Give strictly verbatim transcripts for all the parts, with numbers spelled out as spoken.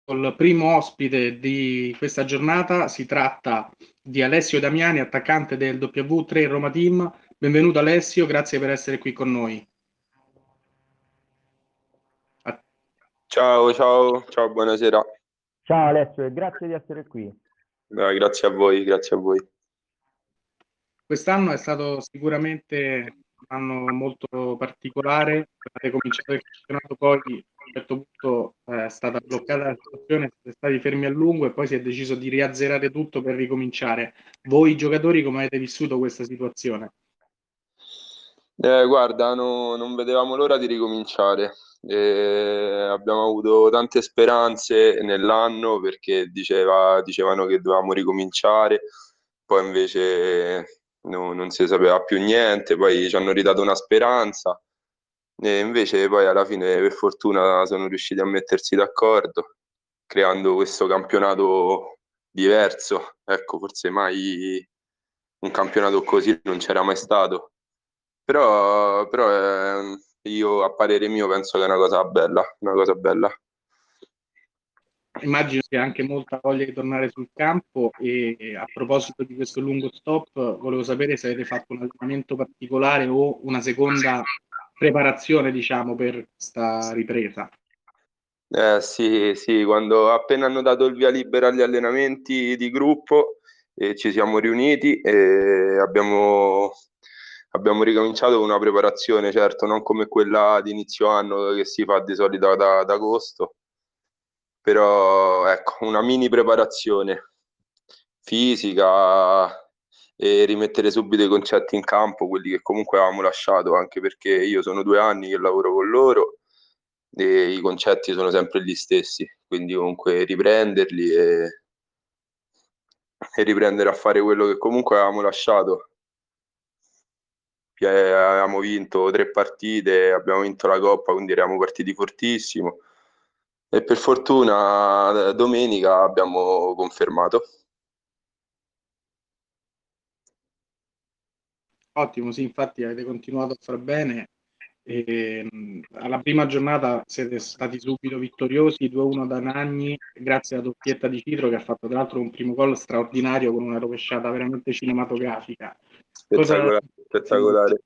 Il primo ospite di questa giornata si tratta di Alessio Damiani, attaccante del W tre Roma Team. Benvenuto Alessio, grazie per essere qui con noi. A- Ciao, ciao, ciao, buonasera. Ciao Alessio e grazie di essere qui. Dai, grazie a voi, grazie a voi. Quest'anno è stato sicuramente un anno molto particolare. Avete cominciato il campionato, poi a un certo punto eh, è stata bloccata la situazione, siete stati fermi a lungo e poi si è deciso di riazzerare tutto per ricominciare. Voi giocatori come avete vissuto questa situazione? Eh, guarda, no- non vedevamo l'ora di ricominciare. Eh, abbiamo avuto tante speranze nell'anno perché diceva- dicevano che dovevamo ricominciare, poi invece no- non si sapeva più niente, poi ci hanno ridato una speranza e invece poi alla fine per fortuna sono riusciti a mettersi d'accordo, creando questo campionato diverso. Ecco, forse mai un campionato così non c'era mai stato. Però, però eh, io a parere mio penso che è una cosa bella, una cosa bella. Immagino che anche molta voglia di tornare sul campo e e a proposito di questo lungo stop, volevo sapere se avete fatto un allenamento particolare o una seconda preparazione, diciamo, per questa ripresa. Eh, sì, sì, quando appena hanno dato il via libera agli allenamenti di gruppo e ci siamo riuniti e abbiamo, abbiamo ricominciato con una preparazione, certo, non come quella di inizio anno che si fa di solito ad, ad agosto, però ecco, una mini preparazione fisica e rimettere subito i concetti in campo, quelli che comunque avevamo lasciato, anche perché io sono due anni che lavoro con loro e i concetti sono sempre gli stessi, quindi comunque riprenderli e, e riprendere a fare quello che comunque avevamo lasciato. Eh, Avevamo vinto tre partite, abbiamo vinto la Coppa, quindi eravamo partiti fortissimo e per fortuna eh, domenica abbiamo confermato. Ottimo, sì, infatti avete continuato a far bene. E, mh, alla prima giornata siete stati subito vittoriosi, due a uno da Nagni, grazie alla doppietta di Citro che ha fatto tra l'altro un primo gol straordinario con una rovesciata veramente cinematografica. Cosa, Spettacolare, sì, spettacolare.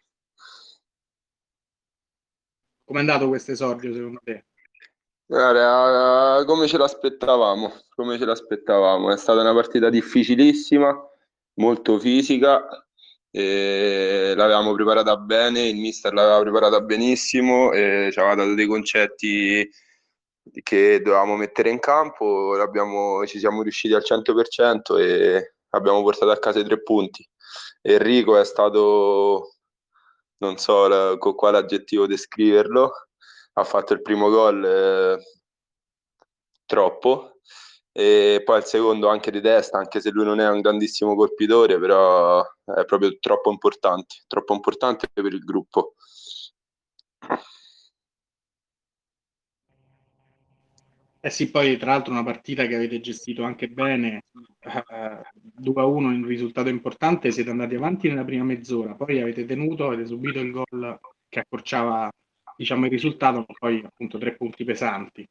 com'è andato questo esordio secondo te? Guarda, come ce l'aspettavamo, come ce l'aspettavamo. È stata una partita difficilissima, molto fisica, e l'avevamo preparata bene, il mister l'aveva preparata benissimo e ci aveva dato dei concetti che dovevamo mettere in campo, l'abbiamo- ci siamo riusciti al cento per cento e abbiamo portato a casa i tre punti. Enrico è stato, non so la- con quale aggettivo descriverlo, ha fatto il primo gol eh, troppo e poi il secondo anche di testa, anche se lui non è un grandissimo colpitore, però è proprio troppo importante, troppo importante per il gruppo. Eh sì, poi tra l'altro una partita che avete gestito anche bene, eh, due a uno in un risultato importante, siete andati avanti nella prima mezz'ora, poi avete tenuto, avete subito il gol che accorciava, diciamo, il risultato, ma poi appunto tre punti pesanti.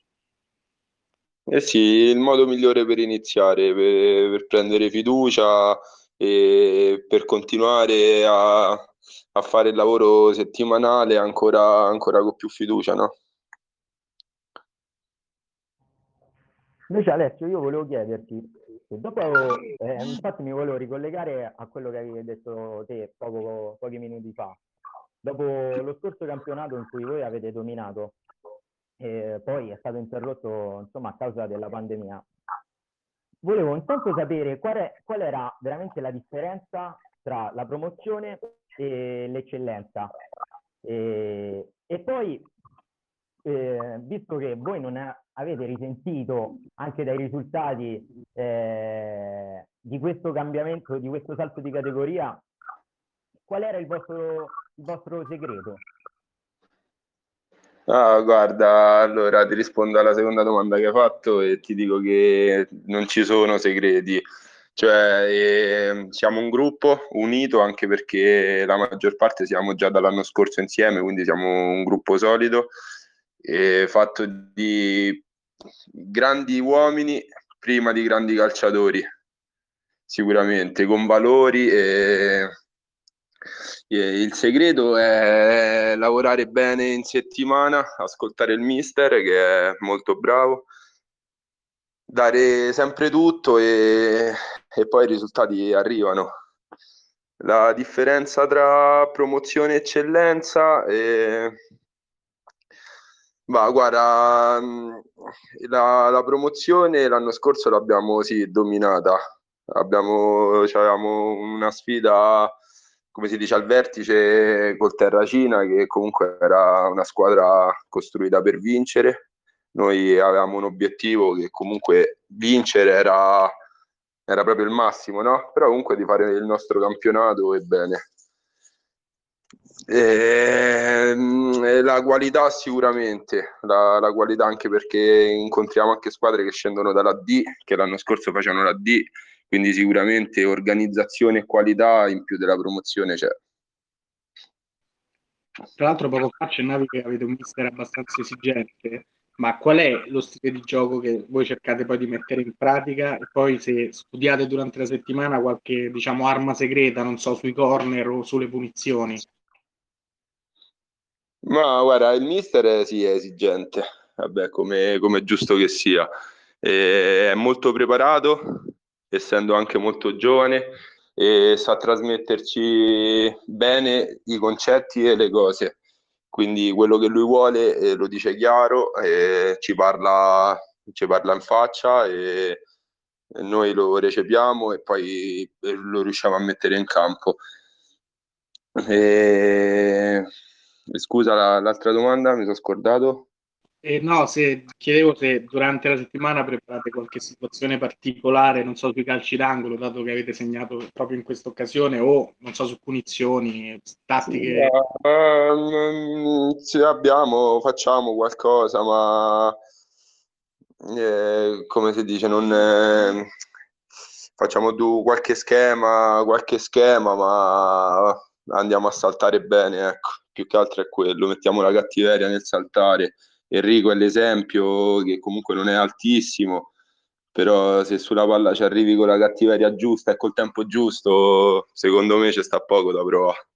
Eh sì, il modo migliore per iniziare, per, per prendere fiducia e per continuare a, a fare il lavoro settimanale ancora, ancora con più fiducia, no? Invece Alessio, io volevo chiederti, se dopo, eh, infatti mi volevo ricollegare a quello che avevi detto te poco- pochi minuti fa, dopo lo scorso campionato in cui voi avete dominato, e poi è stato interrotto insomma a causa della pandemia. Volevo intanto sapere qual, è, qual era veramente la differenza tra la promozione e l'eccellenza. E, e poi, eh, visto che voi non è- avete risentito anche dai risultati eh, di questo cambiamento, di questo salto di categoria, qual era il vostro, il vostro segreto? Ah, guarda, allora ti rispondo alla seconda domanda che hai fatto e ti dico che non ci sono segreti, cioè eh, siamo un gruppo unito anche perché la maggior parte siamo già dall'anno scorso insieme, quindi siamo un gruppo solido e fatto di grandi uomini prima di grandi calciatori, sicuramente, con valori e, e il segreto è lavorare bene in settimana, ascoltare il mister che è molto bravo, dare sempre tutto e, e poi i risultati arrivano. La differenza tra promozione e eccellenza è... Ma guarda, mh, la, la promozione l'anno scorso l'abbiamo sì dominata. Abbiamo, c'avevamo una sfida, come si dice, al vertice col Terracina, che comunque era una squadra costruita per vincere. Noi avevamo un obiettivo che comunque vincere era, era proprio il massimo, no? Però comunque di fare il nostro campionato e bene. Eh, la qualità sicuramente, la, la qualità anche perché incontriamo anche squadre che scendono dalla D, che l'anno scorso facevano la D, quindi sicuramente organizzazione e qualità in più della promozione c'è. Tra l'altro poco fa accennavi che avete un mister abbastanza esigente, ma qual è lo stile di gioco che voi cercate poi di mettere in pratica e poi se studiate durante la settimana qualche, diciamo, arma segreta, non so, sui corner o sulle punizioni? Ma guarda, il mister è, sì, è esigente, vabbè, come, come è giusto che sia. E è molto preparato, essendo anche molto giovane, e sa trasmetterci bene i concetti e le cose. Quindi quello che lui vuole eh, lo dice chiaro, e ci parla, ci parla in faccia e, e noi lo recepiamo e poi eh, lo riusciamo a mettere in campo. E... Scusa, la- l'altra domanda mi sono scordato. E no, se chiedevo se durante la settimana preparate qualche situazione particolare, non so, sui calci d'angolo, dato che avete segnato proprio in questa occasione, o non so, su punizioni, tattiche. Ehm, sì, abbiamo, facciamo qualcosa, ma eh, come si dice, non eh, facciamo du- qualche schema, qualche schema, ma andiamo a saltare bene, ecco, più che altro è quello, mettiamo la cattiveria nel saltare. Enrico è l'esempio che comunque non è altissimo, però se sulla palla ci arrivi con la cattiveria giusta e col tempo giusto, secondo me ci sta poco da provare.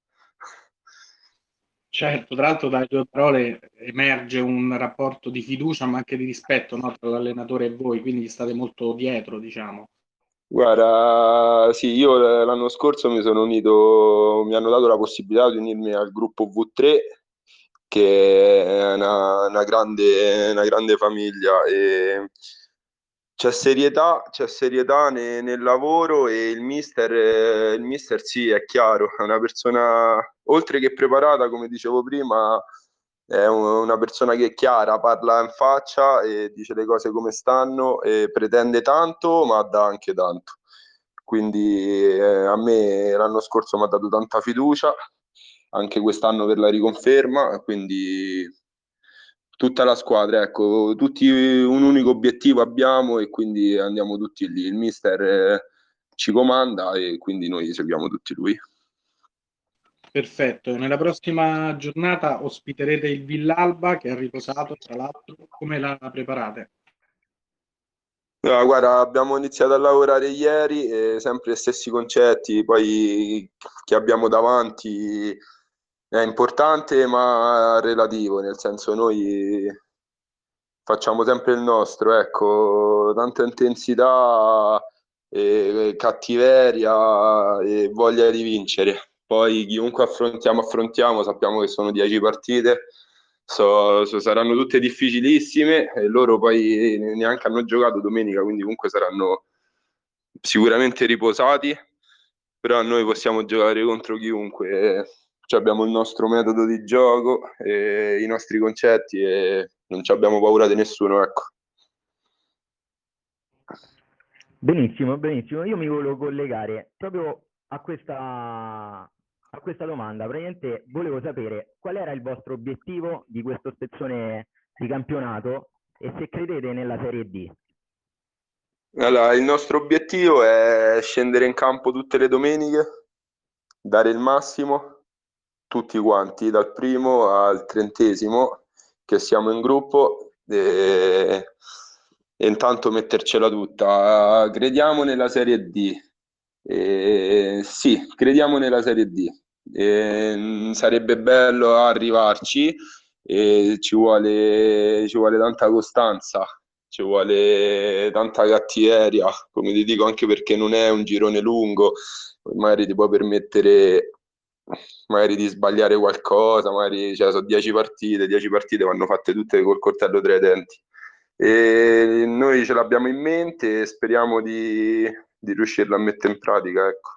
Certo, tra l'altro dalle tue parole emerge un rapporto di fiducia, ma anche di rispetto, no, tra l'allenatore e voi, quindi gli state molto dietro, diciamo. Guarda, sì, io l'anno scorso mi sono unito, mi hanno dato la possibilità di unirmi al gruppo V tre, che è una, una grande, una grande famiglia e c'è serietà, c'è serietà ne- nel lavoro e il mister, eh, il mister sì, è chiaro, è una persona, oltre che preparata, come dicevo prima, è un- una persona che è chiara, parla in faccia e dice le cose come stanno e pretende tanto, ma dà anche tanto. Quindi eh, a me l'anno scorso mi ha dato tanta fiducia, anche quest'anno per la riconferma, quindi tutta la squadra, ecco, tutti un unico obiettivo abbiamo e quindi andiamo tutti lì. Il mister eh, ci comanda e quindi noi seguiamo tutti lui. Perfetto, nella prossima giornata ospiterete il Villalba che ha riposato, tra l'altro, come la preparate? No, guarda, abbiamo iniziato a lavorare ieri, e sempre gli stessi concetti, poi che abbiamo davanti è importante ma relativo, nel senso noi facciamo sempre il nostro, ecco, tanta intensità, e cattiveria e voglia di vincere. Poi chiunque affrontiamo, affrontiamo, sappiamo che sono dieci partite, so- so- saranno tutte difficilissime e loro poi neanche hanno giocato domenica, quindi comunque saranno sicuramente riposati, però noi possiamo giocare contro chiunque. Cioè, abbiamo il nostro metodo di gioco, e i nostri concetti e non ci abbiamo paura di nessuno, ecco. Benissimo, benissimo. Io mi volevo collegare proprio a questa, a questa domanda. Praticamente volevo sapere qual era il vostro obiettivo di questo spezzone di campionato e se credete nella Serie D. Allora, il nostro obiettivo è scendere in campo tutte le domeniche, dare il massimo, tutti quanti, dal primo al trentesimo, che siamo in gruppo. E e intanto mettercela tutta. Crediamo nella Serie D. Eh, sì, crediamo nella Serie D. Eh, sarebbe bello arrivarci, e ci vuole, ci vuole tanta costanza, ci vuole tanta cattiveria, come ti dico, anche perché non è un girone lungo, magari ti può permettere magari di sbagliare qualcosa, magari cioè, sono dieci partite, dieci partite vanno fatte tutte col coltello tra i denti. E noi ce l'abbiamo in mente e speriamo di, di riuscirla a mettere in pratica, ecco.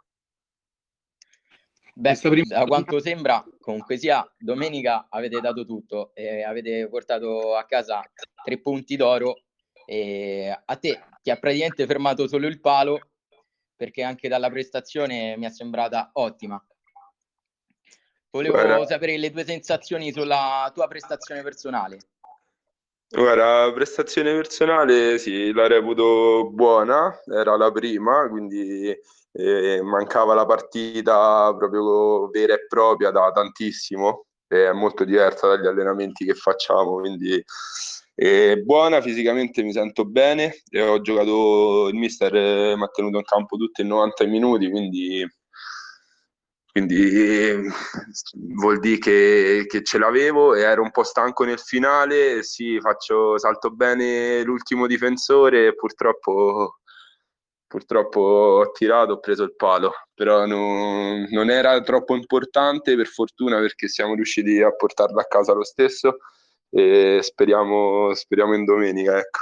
Beh, da quanto sembra, comunque sia, domenica avete dato tutto e avete portato a casa tre punti d'oro. E a te ti ha praticamente fermato solo il palo, perché anche dalla prestazione mi è sembrata ottima. Volevo Guarda, sapere le tue sensazioni sulla tua prestazione personale. Guarda, prestazione personale sì, la reputo buona, era la prima, quindi eh, mancava la partita proprio vera e propria da tantissimo, è molto diversa dagli allenamenti che facciamo, quindi è buona, fisicamente mi sento bene e ho giocato, il mister eh, mi ha tenuto in campo tutti i novanta minuti, quindi quindi eh, vuol dire che, che ce l'avevo e ero un po' stanco nel finale. Sì, faccio, salto bene l'ultimo difensore e purtroppo, purtroppo ho tirato, ho preso il palo, però non, non era troppo importante per fortuna perché siamo riusciti a portarla a casa lo stesso e speriamo, speriamo in domenica, ecco.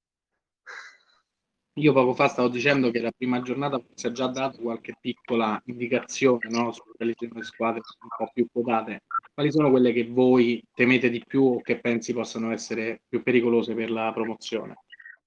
Io poco fa stavo dicendo che la prima giornata si è già dato qualche piccola indicazione, no, su quali sono le squadre un po' più quotate. Quali sono quelle che voi temete di più o che pensi possano essere più pericolose per la promozione?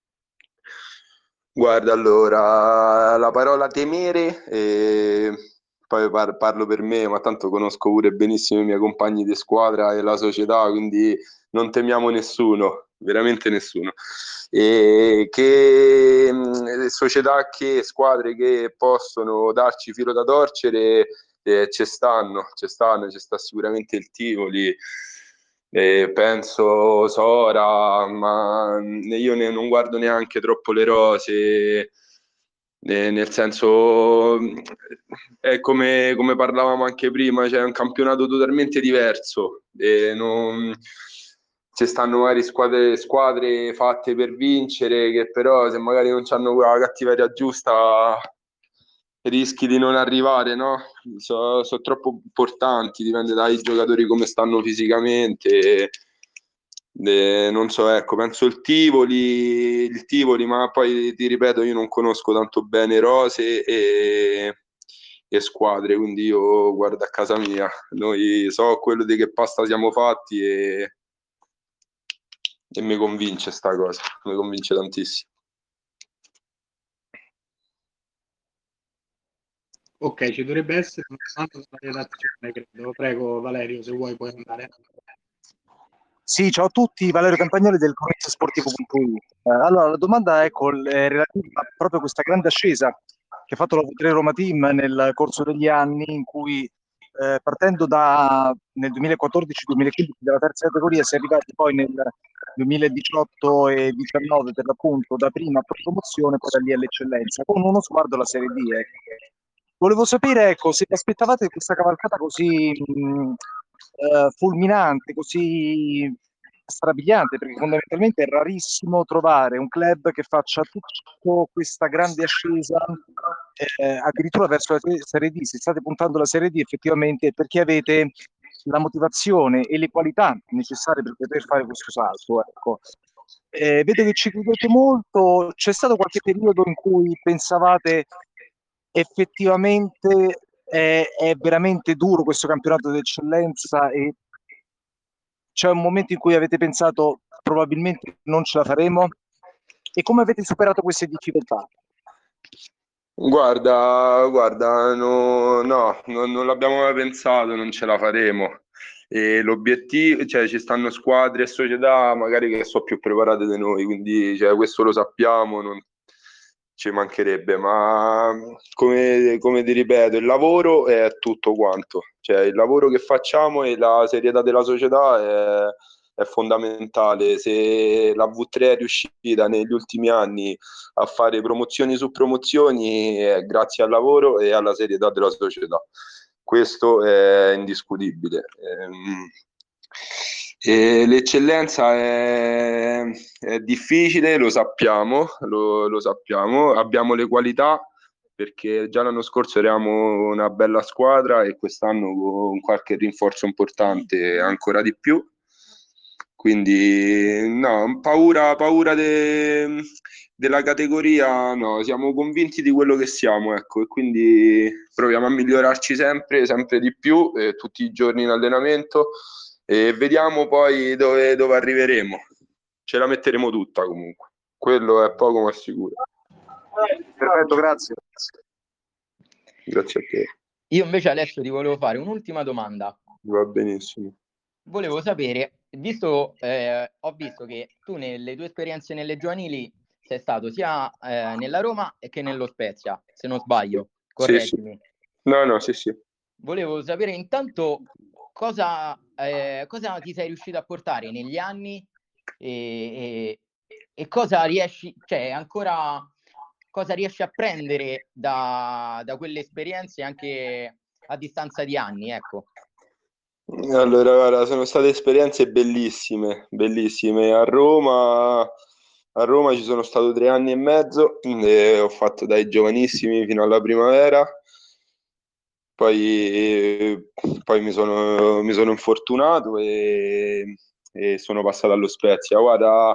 Guarda, allora, la parola temere, eh, poi par- parlo per me, ma tanto conosco pure benissimo i miei compagni di squadra e la società, quindi non temiamo nessuno, veramente nessuno. E che mh, società, che squadre che possono darci filo da torcere, eh, ci stanno, ci stanno, ci sta sicuramente il Tivoli. Eh, penso Sora, ma io ne- non guardo neanche troppo le rose, eh, nel senso è come, come parlavamo anche prima, c'è un campionato totalmente diverso, e non, ci stanno magari squadre, squadre fatte per vincere che però se magari non hanno la cattiveria giusta rischi di non arrivare, no? Sono so troppo importanti, dipende dai giocatori come stanno fisicamente. Eh, non so, ecco, penso il Tivoli, il Tivoli, ma poi ti ripeto, io non conosco tanto bene rose e, e squadre, quindi io guardo a casa mia. Noi so quello di che pasta siamo fatti e, e mi convince sta cosa, mi convince tantissimo. Ok, ci dovrebbe essere un altro sulla redazione, credo. Prego Valerio, se vuoi puoi andare. Sì, ciao a tutti, Valerio Campagnoli del Corretto Sportivo punto it. Eh, allora, la domanda è col, eh, relativa a proprio questa grande ascesa che ha fatto la tre Roma Team nel corso degli anni, in cui eh, partendo da nel duemilaquattordici duemilaquindici dalla terza categoria si è arrivati poi nel duemiladiciotto e diciannove per l'appunto da prima a promozione, poi da lì all'eccellenza, con uno sguardo alla Serie D. Ecco. Volevo sapere, ecco, se vi aspettavate questa cavalcata così mh, eh, fulminante, così strabiliante, perché fondamentalmente è rarissimo trovare un club che faccia tutta questa grande ascesa, eh, addirittura verso la Serie D. Se state puntando alla Serie D effettivamente perché avete la motivazione e le qualità necessarie per poter fare questo salto. Ecco. Eh, vedo che ci credete molto. C'è stato qualche periodo in cui pensavate effettivamente è, è veramente duro questo campionato d'eccellenza e c'è un momento in cui avete pensato probabilmente non ce la faremo? E come avete superato queste difficoltà? Guarda, guarda, no, no, non, non l'abbiamo mai pensato, non ce la faremo. E l'obiettivo, cioè ci stanno squadre e società magari che sono più preparate di noi, quindi cioè, questo lo sappiamo, non ci mancherebbe, ma come, come ti ripeto, il lavoro è tutto quanto, cioè il lavoro che facciamo e la serietà della società è, è fondamentale. Se la V tre è riuscita negli ultimi anni a fare promozioni su promozioni è grazie al lavoro e alla serietà della società. Questo è indiscutibile. Ehm, e l'eccellenza è, è difficile, lo sappiamo, lo, lo sappiamo, abbiamo le qualità perché già l'anno scorso eravamo una bella squadra e quest'anno con qualche rinforzo importante ancora di più. Quindi no, paura, paura de, della categoria, no, siamo convinti di quello che siamo, ecco, e quindi proviamo a migliorarci sempre, sempre di più, eh, tutti i giorni in allenamento e vediamo poi dove, dove arriveremo. Ce la metteremo tutta comunque, quello è poco ma sicuro. Perfetto, grazie. Grazie a te. Io invece Alessio ti volevo fare un'ultima domanda. Va benissimo. Volevo sapere, visto, eh, ho visto che tu nelle tue esperienze nelle giovanili sei stato sia eh, nella Roma che nello Spezia, se non sbaglio, correggimi. Sì, sì. No, no, sì, sì. Volevo sapere intanto cosa, eh, cosa ti sei riuscito a portare negli anni e, e, e cosa riesci, cioè ancora cosa riesci a prendere da, da quelle esperienze anche a distanza di anni, ecco. Allora, guarda, sono state esperienze bellissime, bellissime. A Roma, a Roma ci sono stato tre anni e mezzo, e ho fatto dai giovanissimi fino alla primavera. Poi, poi mi sono, mi sono infortunato e, e sono passato allo Spezia. Guarda,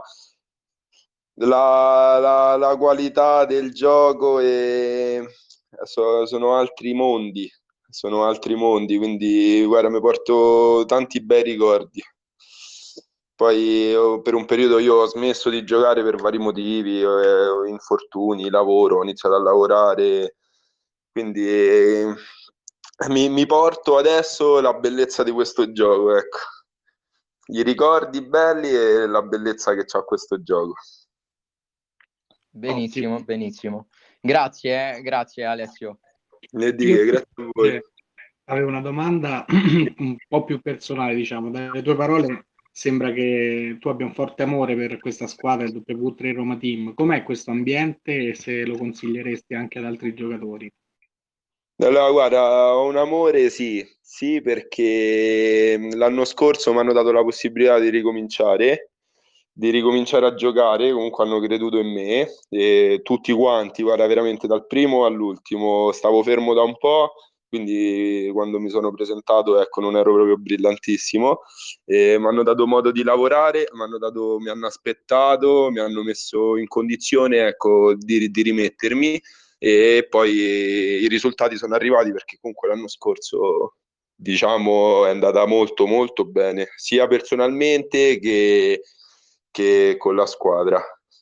la, la, la qualità del gioco e so- sono altri mondi, sono altri mondi, quindi guarda, mi porto tanti bei ricordi. Poi oh, per un periodo io ho smesso di giocare per vari motivi, eh, infortuni, lavoro, ho iniziato a lavorare, quindi eh, mi, mi porto adesso la bellezza di questo gioco, ecco. I ricordi belli e la bellezza che c'ha questo gioco. Benissimo, Ottimo. benissimo. Grazie, eh, grazie Alessio. Ne Io dica, grazie a voi. eh, avevo una domanda un po' più personale, diciamo. Dalle tue parole sembra che tu abbia un forte amore per questa squadra, il W tre Roma Team. Com'è questo ambiente e se lo consiglieresti anche ad altri giocatori? Allora, guarda, ho un amore, sì, sì, perché l'anno scorso mi hanno dato la possibilità di ricominciare, di ricominciare a giocare, comunque hanno creduto in me, e tutti quanti, guarda, veramente dal primo all'ultimo, stavo fermo da un po', quindi quando mi sono presentato, ecco, non ero proprio brillantissimo, e mi hanno dato modo di lavorare, mi hanno dato, mi hanno aspettato, mi hanno messo in condizione, ecco, di, di rimettermi e poi i risultati sono arrivati perché comunque l'anno scorso diciamo è andata molto molto bene sia personalmente che, che con la squadra,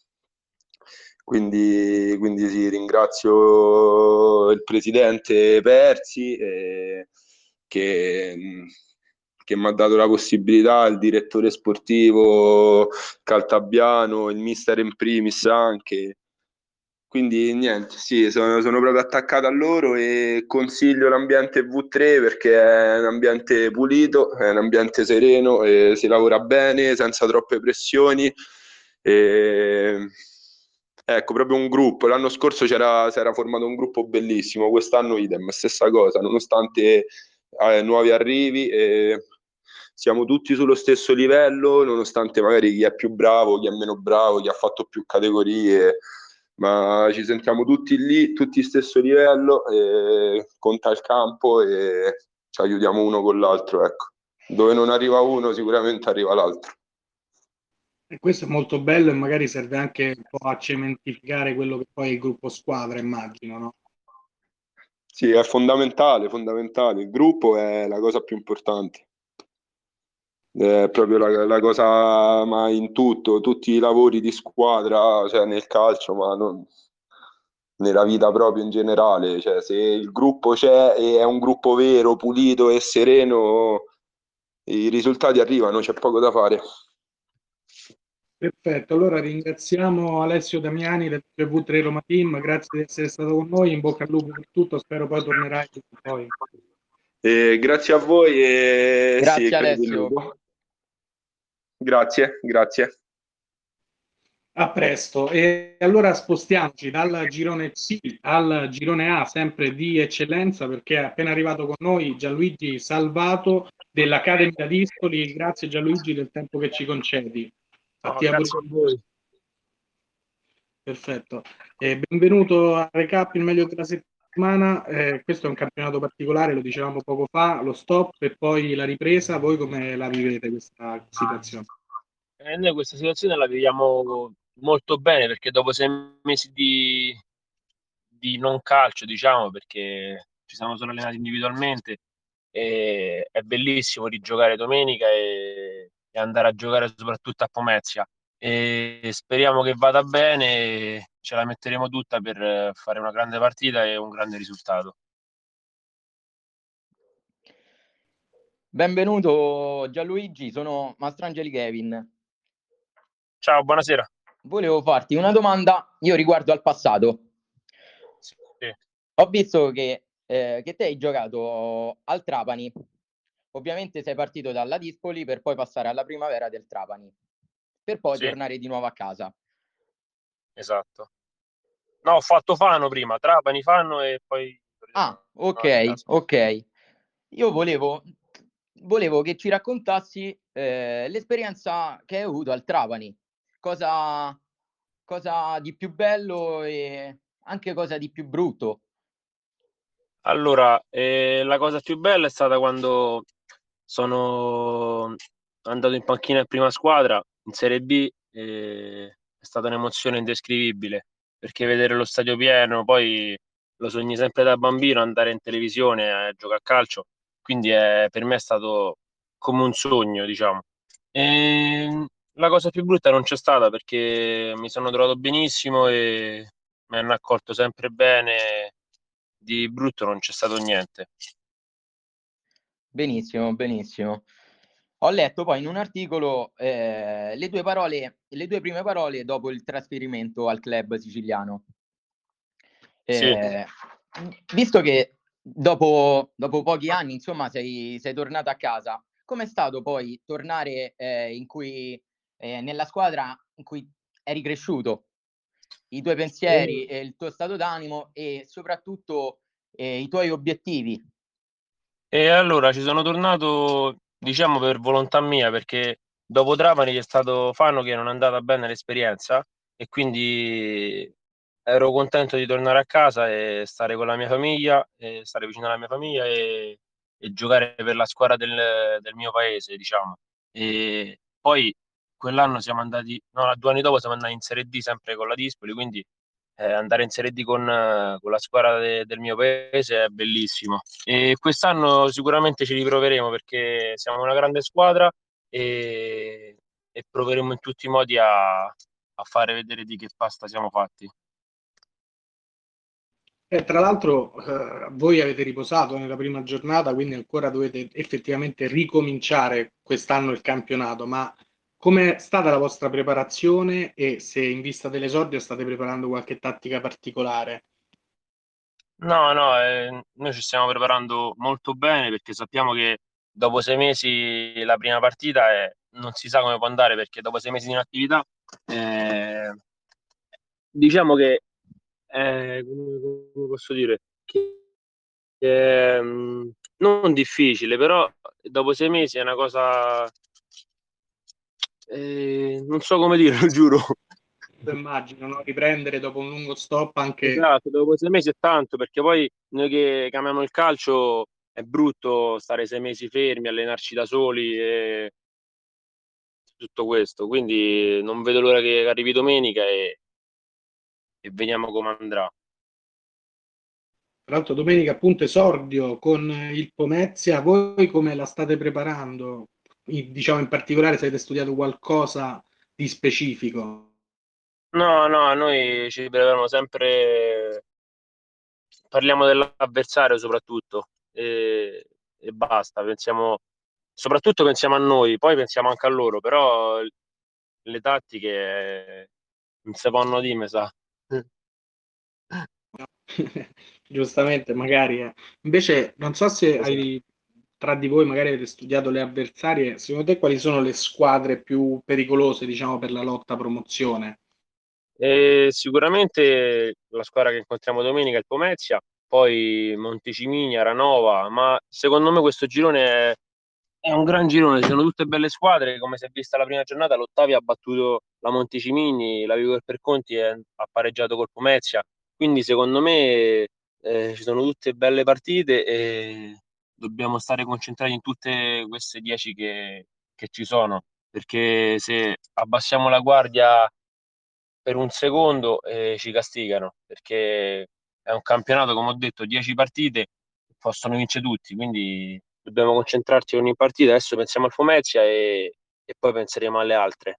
quindi, quindi sì, ringrazio il presidente Persi eh, che, che mi ha dato la possibilità, il direttore sportivo Caltabiano, il mister in primis anche. Quindi niente, sì, sono, sono proprio attaccato a loro e consiglio l'ambiente V tre perché è un ambiente pulito, è un ambiente sereno e si lavora bene, senza troppe pressioni. E... Ecco, proprio un gruppo. L'anno scorso c'era, si era formato un gruppo bellissimo, quest'anno idem, stessa cosa, nonostante eh, nuovi arrivi. E siamo tutti sullo stesso livello, nonostante magari chi è più bravo, chi è meno bravo, chi ha fatto più categorie ma ci sentiamo tutti lì, tutti stesso livello, e conta il campo e ci aiutiamo uno con l'altro, ecco. Dove non arriva uno sicuramente arriva l'altro. E questo è molto bello e magari serve anche un po' a cementificare quello che poi è il gruppo squadra, immagino, no? Sì, è fondamentale, fondamentale. Il gruppo è la cosa più importante. È proprio la, la cosa, ma in tutto, tutti i lavori di squadra, cioè nel calcio, ma non, nella vita proprio in generale, cioè se il gruppo c'è e è un gruppo vero, pulito e sereno, i risultati arrivano, c'è poco da fare. Perfetto, allora ringraziamo Alessio Damiani del W tre Roma Team, grazie di essere stato con noi, in bocca al lupo per tutto, spero poi tornerai poi. E grazie a voi e sì, Grazie crepi il Alessio. lupo. Grazie, grazie. A presto. E allora spostiamoci dal girone C al girone A, sempre di eccellenza, perché è appena arrivato con noi Gianluigi Salvato dell'Academy da Dispoli. Grazie Gianluigi del tempo che ci concedi. No, Attiva grazie a pure- voi. Perfetto. E benvenuto a Recap il meglio della settimana. Eh, questo è un campionato particolare, lo dicevamo poco fa, lo stop e poi la ripresa. Voi come la vivete questa situazione? E noi questa situazione la viviamo molto bene perché dopo sei mesi di, di non calcio, diciamo, perché ci siamo solo allenati individualmente, e è bellissimo rigiocare domenica e, e andare a giocare soprattutto a Pomezia. E speriamo che vada bene, e ce la metteremo tutta per fare una grande partita e un grande risultato. Benvenuto Gianluigi, sono Mastrangeli Kevin. Ciao, buonasera. Volevo farti una domanda io riguardo al passato. Sì. Ho visto che, eh, che te hai giocato al Trapani. Ovviamente sei partito dalla Dispoli per poi passare alla Primavera del Trapani, per poi Sì. tornare di nuovo a casa. Esatto. No, ho fatto Fano prima, Trapani, Fano e poi... Ah, no, ok, ok. Io volevo, volevo che ci raccontassi eh, l'esperienza che hai avuto al Trapani. Cosa, cosa di più bello e anche cosa di più brutto. Allora, eh, la cosa più bella è stata quando sono andato in panchina in prima squadra, in Serie B, e è stata un'emozione indescrivibile, perché vedere lo stadio pieno, poi lo sogni sempre da bambino, andare in televisione a giocare a calcio, quindi è- per me è stato come un sogno, diciamo. E la cosa più brutta non c'è stata perché mi sono trovato benissimo e mi hanno accolto sempre bene, di brutto non c'è stato niente. Benissimo, benissimo. Ho letto poi in un articolo eh, le due parole, le due prime parole dopo il trasferimento al club siciliano. Sì. Eh, visto che dopo, dopo pochi anni, insomma, sei, sei tornato a casa, com'è stato poi tornare eh, in cui, eh, nella squadra in cui eri cresciuto? I tuoi pensieri, eh, il tuo stato d'animo e soprattutto eh, i tuoi obiettivi? E allora ci sono tornato, diciamo, per volontà mia, perché dopo Trapani c'è stato Fano che non è andata bene l'esperienza e quindi ero contento di tornare a casa e stare con la mia famiglia, e stare vicino alla mia famiglia e, e giocare per la squadra del, del mio paese, diciamo. E poi quell'anno siamo andati, no, due anni dopo siamo andati in Serie D sempre con la Dispoli, quindi eh, andare in Serie D con, eh, con la squadra de- del mio paese è bellissimo. E quest'anno sicuramente ci riproveremo perché siamo una grande squadra e, e proveremo in tutti i modi a, a fare vedere di che pasta siamo fatti. E tra l'altro eh, voi avete riposato nella prima giornata, quindi ancora dovete effettivamente ricominciare quest'anno il campionato, ma com'è stata la vostra preparazione e se in vista dell'esordio state preparando qualche tattica particolare? No, no, eh, noi ci stiamo preparando molto bene perché sappiamo che dopo sei mesi la prima partita è- non si sa come può andare perché dopo sei mesi di inattività eh, diciamo che eh, come, come posso dire che è mm, non difficile, però dopo sei mesi è una cosa eh, non so come dire, lo giuro. Immagino, no? Riprendere dopo un lungo stop anche. Esatto, dopo sei mesi è tanto, perché poi noi che che amiamo il calcio è brutto stare sei mesi fermi, allenarci da soli e tutto questo. Quindi non vedo l'ora che arrivi domenica e, e vediamo come andrà. Tra l'altro domenica appunto esordio con il Pomezia, voi come la state preparando? In- diciamo in particolare se avete studiato qualcosa di specifico? No, no, noi ci prepariamo sempre, parliamo dell'avversario soprattutto e, e basta, pensiamo, soprattutto pensiamo a noi, poi pensiamo anche a loro, però le tattiche eh, non si possono dire, mi sa. Giustamente, magari. eh. Invece, non so se Esatto. hai tra di voi magari avete studiato le avversarie, secondo te quali sono le squadre più pericolose, diciamo, per la lotta a promozione? E sicuramente la squadra che incontriamo domenica è il Pomezia, poi Montecimini, Aranova, ma secondo me questo girone è, è un gran girone, ci sono tutte belle squadre, come si è vista la prima giornata, l'Ottavia ha battuto la Montecimini, la Vigor per Conti è, ha pareggiato col Pomezia, quindi secondo me eh, ci sono tutte belle partite e dobbiamo stare concentrati in tutte queste dieci che, che ci sono, perché se abbassiamo la guardia per un secondo eh, ci castigano, perché è un campionato, come ho detto, dieci partite, possono vincere tutti, quindi dobbiamo concentrarci ogni partita. Adesso pensiamo al Pomezia e, e poi penseremo alle altre.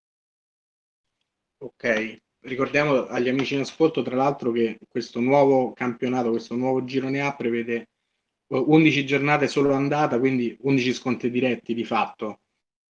Ok, ricordiamo agli amici in ascolto, tra l'altro, che questo nuovo campionato, questo nuovo girone A prevede undici giornate solo andata, quindi undici scontri diretti di fatto.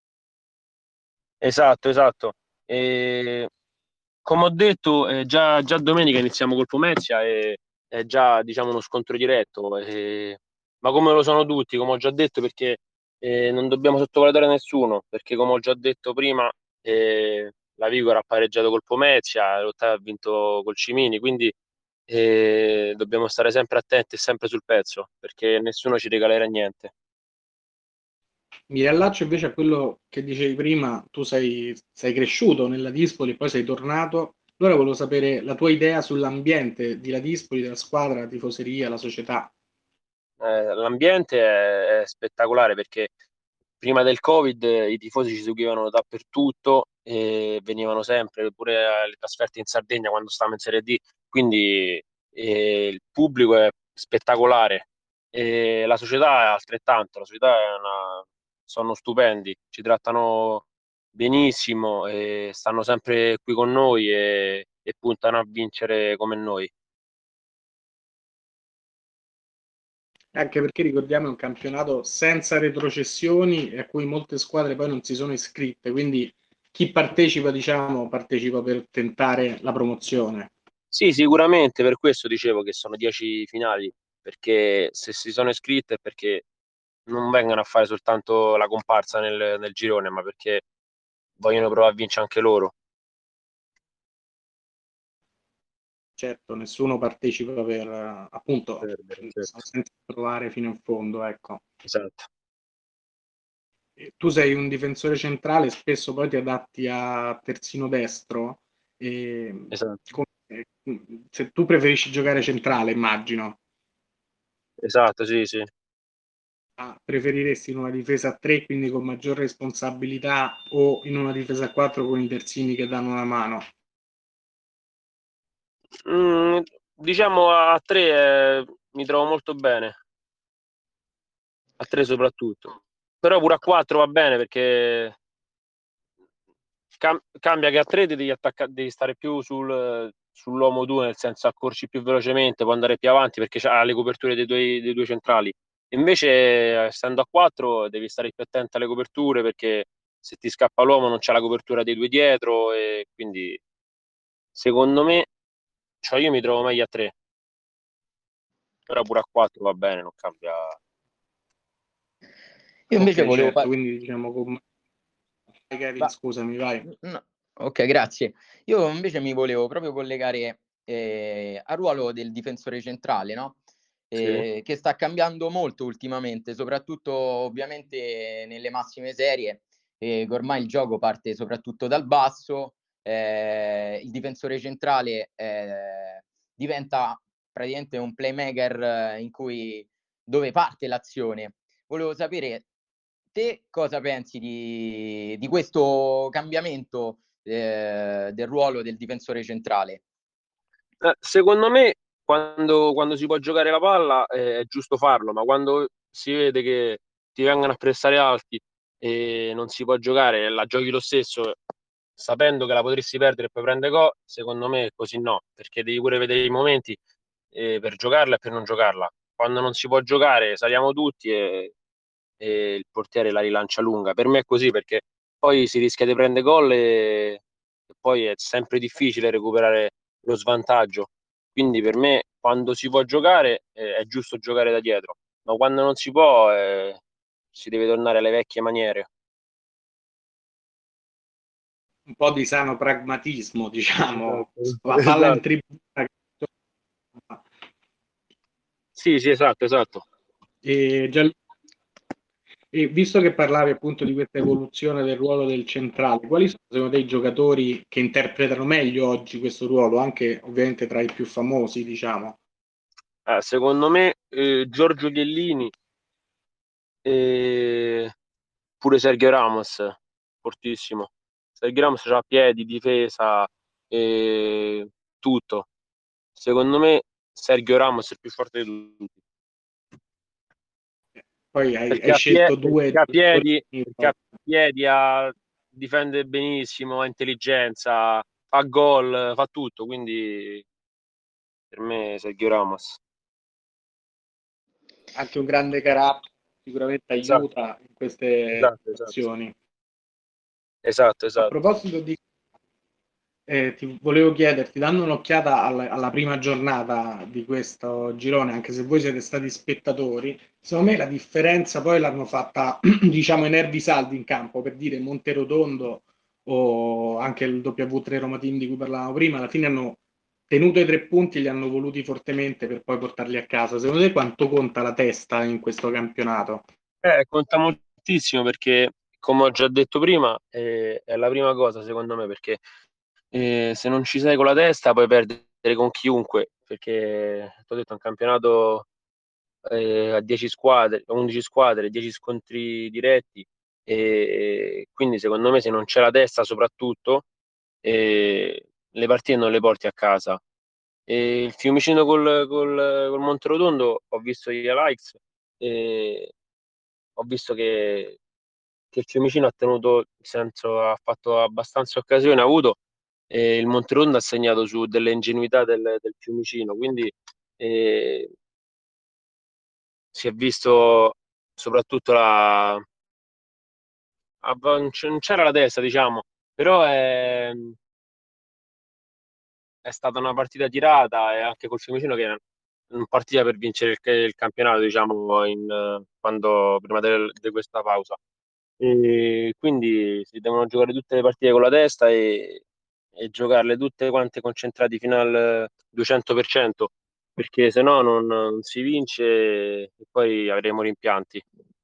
Esatto, esatto. E, come ho detto, eh, già, già domenica iniziamo col Pomezia e è già diciamo uno scontro diretto, e- ma come lo sono tutti, come ho già detto, perché eh, non dobbiamo sottovalutare nessuno, perché come ho già detto prima, eh, la Vigor ha pareggiato col Pomezia, l'Ottava ha vinto col Cimini, quindi eh, dobbiamo stare sempre attenti e sempre sul pezzo, perché nessuno ci regalerà niente. Mi riallaccio invece a quello che dicevi prima, tu sei, sei cresciuto nella Dispoli e poi sei tornato. Allora volevo sapere la tua idea sull'ambiente di La Dispoli, della squadra, la tifoseria, la società. Eh, l'ambiente è, è spettacolare perché prima del Covid eh, i tifosi ci seguivano dappertutto e venivano sempre, pure alle trasferte in Sardegna quando stavamo in Serie D, quindi eh, il pubblico è spettacolare e la società è altrettanto, la società è una- sono stupendi, ci trattano benissimo e stanno sempre qui con noi e, e puntano a vincere come noi. Anche perché ricordiamo è un campionato senza retrocessioni e a cui molte squadre poi non si sono iscritte, quindi chi partecipa, diciamo, partecipa per tentare la promozione. Sì, sicuramente per questo dicevo che sono dieci finali, perché se si sono iscritte è perché non vengono a fare soltanto la comparsa nel, nel girone, ma perché vogliono provare a vincere anche loro. Certo, nessuno partecipa per, eh, appunto, Perdere, certo. senza provare fino in fondo, ecco. Esatto, E tu sei un difensore centrale, spesso poi ti adatti a terzino destro. E esatto, come- se tu preferisci giocare centrale, immagino, esatto, sì, sì. ah, preferiresti in una difesa a tre, quindi con maggior responsabilità, o in una difesa a quattro con i terzini che danno una mano? Mm, diciamo a tre eh, mi trovo molto bene, a tre soprattutto. Però pure a quattro va bene perché cam- cambia che a tre devi, attacca- devi stare più sul, sull'uomo due, nel senso accorci più velocemente, può andare più avanti perché ha le coperture dei due, dei due centrali. Invece, essendo a quattro, devi stare più attento alle coperture perché se ti scappa l'uomo non c'è la copertura dei due dietro e quindi secondo me, cioè io mi trovo meglio a tre, però pure a quattro va bene, non cambia. Io invece Ok, volevo certo, fare... quindi diciamo con... Kevin, scusami, vai. No. Ok, grazie. Io invece mi volevo proprio collegare eh, al ruolo del difensore centrale, no? Sì, Eh, che sta cambiando molto ultimamente, soprattutto ovviamente nelle massime serie, eh, che ormai il gioco parte soprattutto dal basso, eh, il difensore centrale eh, diventa praticamente un playmaker eh, in cui dove parte l'azione. Volevo sapere te cosa pensi di, di questo cambiamento eh, del ruolo del difensore centrale? Eh, secondo me quando, quando si può giocare la palla eh, è giusto farlo, ma quando si vede che ti vengono a pressare alti e non si può giocare, la giochi lo stesso sapendo che la potresti perdere e poi prende gol, secondo me così no, perché devi pure vedere i momenti eh, per giocarla e per non giocarla. Quando non si può giocare saliamo tutti e, e il portiere la rilancia lunga. Per me è così perché poi si rischia di prendere gol e, e poi è sempre difficile recuperare lo svantaggio. Quindi per me, quando si può giocare, eh, è giusto giocare da dietro. ma quando non si può eh, si deve tornare alle vecchie maniere. Un po' di sano pragmatismo, diciamo, Esatto, la palla in esatto. tribuna. Sì, sì, esatto, esatto. E, Gian- e visto che parlavi appunto di questa evoluzione del ruolo del centrale, quali sono secondo te i giocatori che interpretano meglio oggi questo ruolo, anche ovviamente tra i più famosi, diciamo? Eh, secondo me eh, Giorgio Chiellini e pure Sergio Ramos, fortissimo. Sergio Ramos ha piedi, difesa, e tutto. Secondo me Sergio Ramos è il più forte di tutti. Poi hai, Perché hai ha, pie- scelto due perché ha piedi, giocatori. perché ha piedi, ha- difende benissimo, ha intelligenza, fa gol, fa tutto, quindi per me Sergio Ramos. Anche un grande carattere sicuramente Esatto, aiuta in queste esatto, esatto, azioni. esatto, A esatto. proposito di, eh, ti volevo chiederti, dando un'occhiata alla, alla prima giornata di questo girone, anche se voi siete stati spettatori, secondo me la differenza poi l'hanno fatta, diciamo, i nervi saldi in campo, per dire Monterotondo o anche il W tre Roma Team di cui parlavamo prima, alla fine hanno tenuto i tre punti e li hanno voluti fortemente per poi portarli a casa. Secondo te quanto conta la testa in questo campionato? Eh, conta moltissimo perché, come ho già detto prima, eh, è la prima cosa secondo me, perché eh, se non ci sei con la testa puoi perdere con chiunque, perché ti ho detto è un campionato eh, a dieci squadre, undici squadre, dieci scontri diretti, e quindi secondo me se non c'è la testa soprattutto, eh, le partite non le porti a casa. E il Fiumicino col, col, col Monterotondo, ho visto gli highlights e ho visto che, che il Fiumicino ha tenuto, nel senso ha fatto abbastanza occasione, ha avuto, e il Monterotondo ha segnato su delle ingenuità del, del Fiumicino, quindi eh, si è visto soprattutto la... non c'era la testa, diciamo, però è, è stata una partita tirata e anche col Fiumicino che è una partita per vincere il, il campionato, diciamo, in, quando, prima del- di questa pausa. E quindi si devono giocare tutte le partite con la testa e, e giocarle tutte quante concentrati fino al duecento per cento, perché se no non, non si vince e poi avremo rimpianti.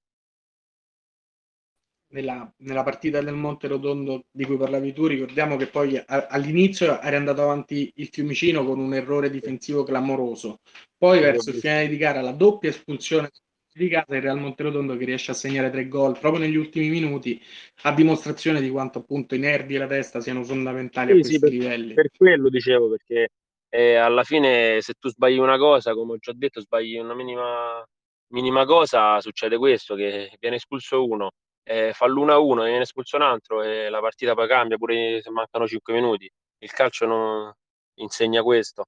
Nella, nella partita del Monte Rotondo di cui parlavi tu, ricordiamo che poi a, all'inizio era andato avanti il Fiumicino con un errore difensivo clamoroso, poi Sì, ho verso il visto. finale di gara la doppia espulsione di casa, il Real Monterotondo che riesce a segnare tre gol proprio negli ultimi minuti, a dimostrazione di quanto appunto i nervi e la testa siano fondamentali a Sì, sì, questi per, livelli. per quello dicevo, perché eh, alla fine se tu sbagli una cosa, come ho già detto, sbagli una minima, minima cosa, succede questo, che viene espulso uno, eh, fa l'uno a uno, viene espulso un altro e la partita poi cambia, pure se mancano cinque minuti. Il calcio non insegna questo.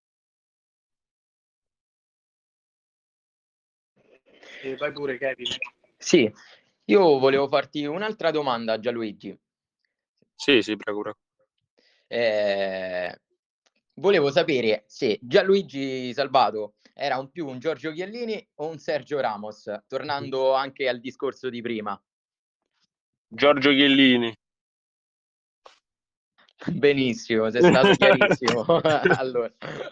E vai pure Kevin. Sì, io volevo farti un'altra domanda, Gianluigi. Sì, sì, prego, prego. Eh, volevo sapere se Gianluigi Salvato era un più un Giorgio Chiellini o un Sergio Ramos, tornando anche al discorso di prima. Giorgio Chiellini. Benissimo, sei stato chiarissimo. Allora.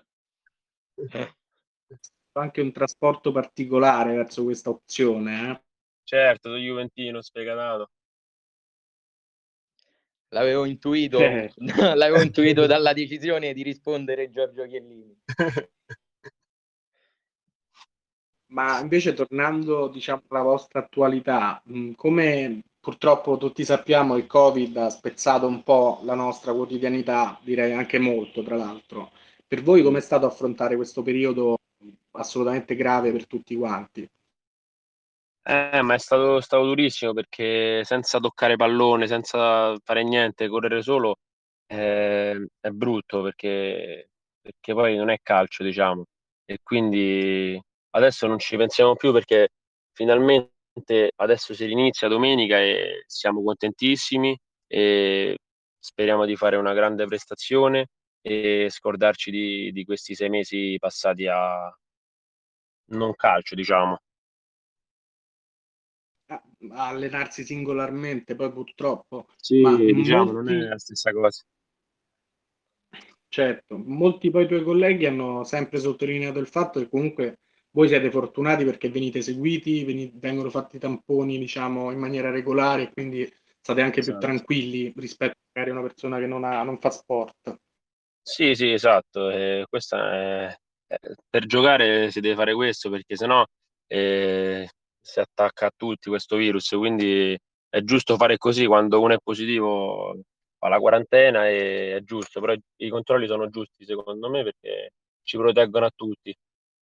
Anche un trasporto particolare verso questa opzione, eh? Certo, sono Juventino, sfegatato. L'avevo intuito, Eh. l'avevo intuito dalla decisione di rispondere Giorgio Chiellini. Ma invece tornando, diciamo, alla vostra attualità, mh, come purtroppo tutti sappiamo, il Covid ha spezzato un po' la nostra quotidianità, direi anche molto, tra l'altro. Per voi com'è stato affrontare questo periodo assolutamente grave per tutti quanti? Eh, ma è stato, stato durissimo perché senza toccare pallone, senza fare niente, correre solo, eh, è brutto perché, perché poi non è calcio, diciamo. E quindi adesso non ci pensiamo più perché finalmente adesso si inizia domenica e siamo contentissimi e speriamo di fare una grande prestazione e scordarci di, di questi sei mesi passati a non calcio, diciamo. a allenarsi singolarmente, poi purtroppo, Sì, ma diciamo, non è molti, la stessa cosa. certo, molti poi tuoi colleghi hanno sempre sottolineato il fatto che comunque voi siete fortunati perché venite seguiti, veni- vengono fatti i tamponi, diciamo, in maniera regolare, e quindi state anche più Esatto. tranquilli rispetto magari a una persona che non ha- non fa sport. Sì, sì, esatto. eh, questa è- è- per giocare si deve fare questo perché sennò eh, si attacca a tutti questo virus. Quindi è giusto fare così quando uno è positivo fa la quarantena e è giusto, però i controlli sono giusti secondo me perché ci proteggono a tutti.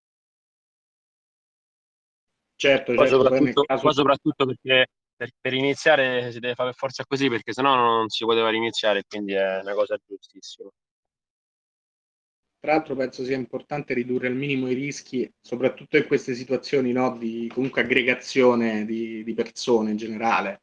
Certo, Poi certo, poi nel soprattutto, caso poi soprattutto perché per, per iniziare si deve fare per forza così perché sennò non si poteva iniziare, quindi è una cosa giustissima. Tra l'altro penso sia importante ridurre al minimo i rischi, soprattutto in queste situazioni, no, di comunque aggregazione di, di persone in generale.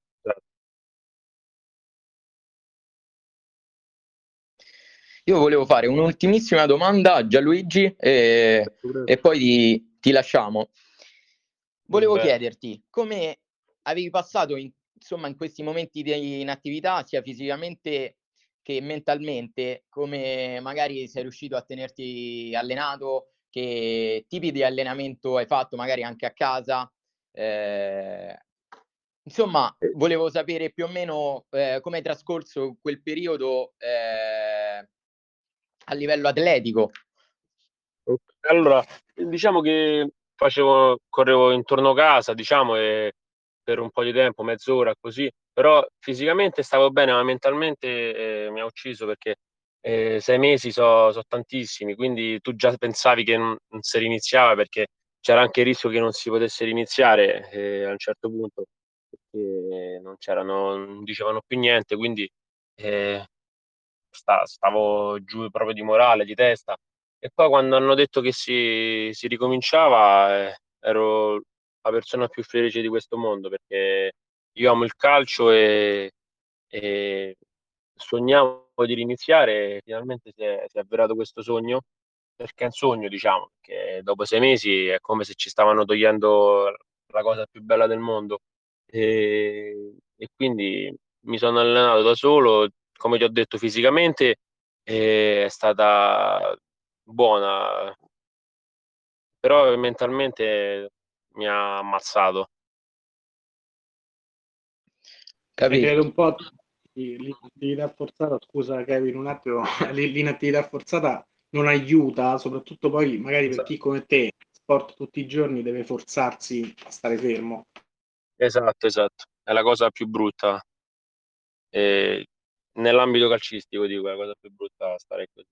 Io volevo fare un'ultimissima domanda a Gianluigi e, e poi ti, ti lasciamo. Volevo Beh, chiederti come avevi passato in, insomma, in questi momenti di inattività, sia fisicamente che mentalmente, come magari sei riuscito a tenerti allenato, che tipi di allenamento hai fatto magari anche a casa. Eh, insomma, volevo sapere più o meno eh, come hai trascorso quel periodo eh, a livello atletico. ok. Allora, diciamo che facevo, correvo intorno a casa, diciamo, e per un po' di tempo, mezz'ora così, però fisicamente stavo bene, ma mentalmente eh, mi ha ucciso perché eh, sei mesi sono so tantissimi, quindi tu già pensavi che non, non si riniziava perché c'era anche il rischio che non si potesse riniziare eh, a un certo punto, perché non c'erano, non dicevano più niente, quindi eh, sta- stavo giù proprio di morale, di testa. E poi quando hanno detto che si, si ricominciava, eh, ero la persona più felice di questo mondo perché io amo il calcio e, e sognavo di riniziare e finalmente si è, si è avverato questo sogno, perché è un sogno, diciamo, che dopo sei mesi è come se ci stavano togliendo la cosa più bella del mondo. E, e quindi mi sono allenato da solo, come ti ho detto, fisicamente e è stata buona, però mentalmente mi ha ammazzato. E Capito? credo un po' l'inattività forzata, scusa Kevin, un attimo, l'inattività forzata non aiuta, soprattutto poi magari per Esatto, chi come te, sport tutti i giorni, deve forzarsi a stare fermo. esatto, esatto. È la cosa più brutta. E nell'ambito calcistico, dico, è la cosa più brutta stare così.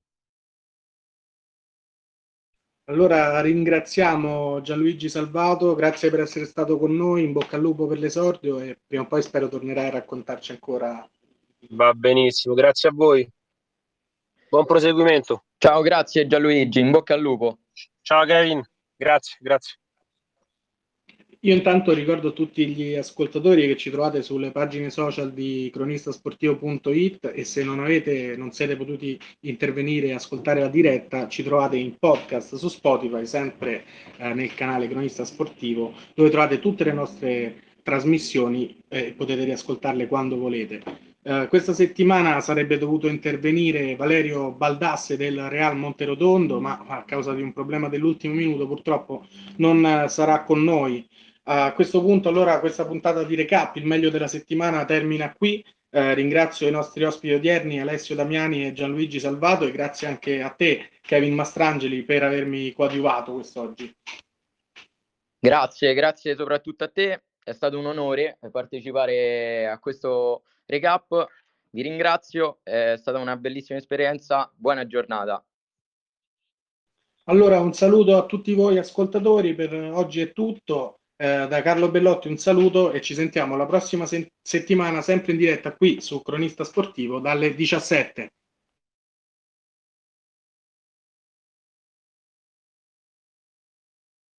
Allora ringraziamo Gianluigi Salvato, grazie per essere stato con noi, in bocca al lupo per l'esordio e prima o poi spero tornerai a raccontarci ancora. Va benissimo, grazie a voi. Buon proseguimento. Ciao, grazie Gianluigi, in bocca al lupo. Ciao Kevin, grazie, grazie. Io intanto ricordo a tutti gli ascoltatori che ci trovate sulle pagine social di cronistasportivo punto it e se non avete, non siete potuti intervenire e ascoltare la diretta, ci trovate in podcast su Spotify, sempre eh, nel canale Cronista Sportivo, dove trovate tutte le nostre trasmissioni e potete riascoltarle quando volete. Uh, questa settimana sarebbe dovuto intervenire Valerio Baldasse del Real Monterotondo, ma a causa di un problema dell'ultimo minuto purtroppo non uh, sarà con noi. A questo punto, allora, questa puntata di recap, il meglio della settimana, termina qui. Eh, ringrazio i nostri ospiti odierni, Alessio Damiani e Gianluigi Salvato, e grazie anche a te, Kevin Mastrangeli, per avermi coadiuvato quest'oggi. Grazie, grazie soprattutto a te, è stato un onore partecipare a questo recap. Vi ringrazio, è stata una bellissima esperienza. Buona giornata. Allora, un saluto a tutti voi ascoltatori, per oggi è tutto. Eh, da Carlo Bellotti un saluto e ci sentiamo la prossima se- settimana sempre in diretta qui su Cronista Sportivo dalle diciassette.